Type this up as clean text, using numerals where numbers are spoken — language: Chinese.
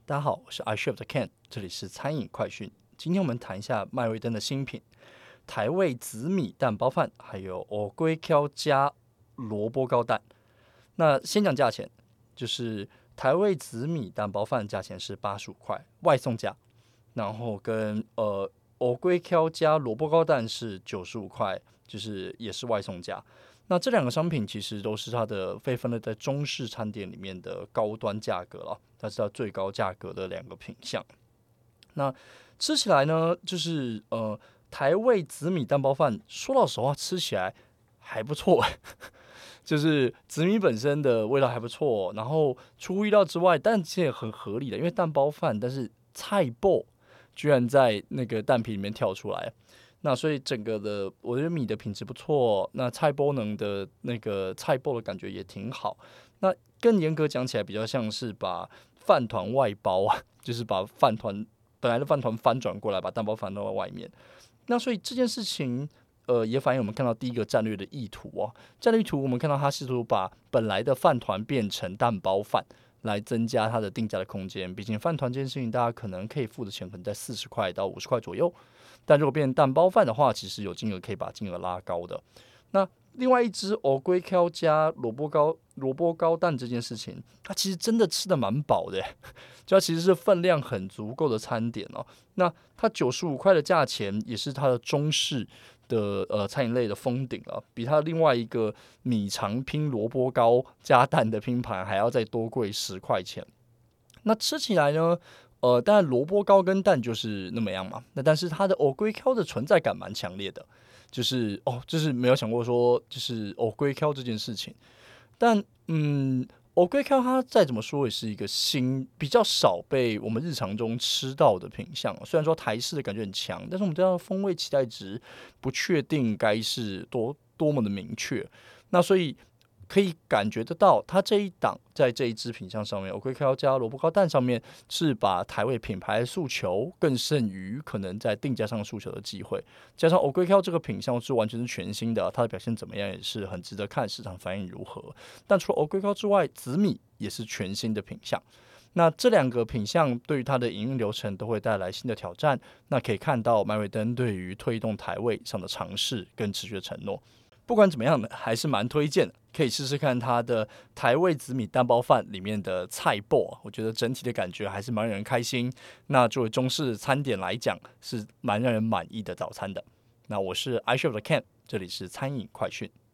大家好，我是 iChef 的 Ken， 这里是餐饮快讯。今天我们谈一下麦味登的新品台味紫米蛋包饭，还有藕龟壳加萝卜糕蛋。那先讲价钱，就是台味紫米蛋包饭价钱是85块，外送价。然后跟藕龟壳加萝卜糕蛋是95块，就是也是外送价。那这两个商品其实都是它的被分类在中式餐点里面的高端价格了，它是它最高价格的两个品项。那吃起来呢，就是台味紫米蛋包饭，说老实话，吃起来还不错，就是紫米本身的味道还不错，然后出乎意料之外，但其实也很合理的，因为蛋包饭，但是菜包居然在那个蛋皮里面跳出来。那所以整个的，我觉得米的品质不错，那菜包能的那个菜包的感觉也挺好。那更严格讲起来，比较像是把饭团外包啊，就是把饭团本来的饭团翻转过来，把蛋包翻到外面。那所以这件事情，也反映我们看到第一个战略的意图哦。战略意图我们看到它试图把本来的饭团变成蛋包饭，来增加它的定价的空间。毕竟饭团这件事情，大家可能可以付的钱可能在40块到50块左右。但如果变成蛋包饭的话，其实有金额可以把金额拉高的。那另外一只藕龟壳加萝卜糕蛋这件事情，它其实真的吃的蛮饱的，就它其实是分量很足够的餐点哦。那它95块的价钱，也是它的中式的餐饮类的封顶了，比它另外一个米肠拼萝卜糕加蛋的拼盘还要再多贵10块钱。那吃起来呢？当然萝卜糕跟蛋就是那么样嘛。那但是它的藕龟壳的存在感蛮强烈的，就是没有想过说就是藕龟壳这件事情。但藕龟壳它再怎么说也是一个比较少被我们日常中吃到的品项。虽然说台式的感觉很强，但是我们对它的风味期待值不确定该是多么的明确。那所以可以感觉得到，它这一档在这一支品项上面，藕龟壳加萝卜糕蛋上面是把台味品牌的诉求更胜于可能在定价上诉求的机会。加上藕龟壳这个品项是完全是全新的，它的表现怎么样也是很值得看市场反应如何。但除了藕龟壳之外，紫米也是全新的品项。那这两个品项对于它的营运流程都会带来新的挑战。那可以看到麦味登对于推动台味上的尝试跟持续的承诺。不管怎么样呢，还是蛮推荐的，可以试试看它的台味紫米蛋包饭里面的菜包，我觉得整体的感觉还是蛮让人开心。那作为中式餐点来讲，是蛮让人满意的早餐的。那我是 iChef 的 Ken，这里是餐饮快讯。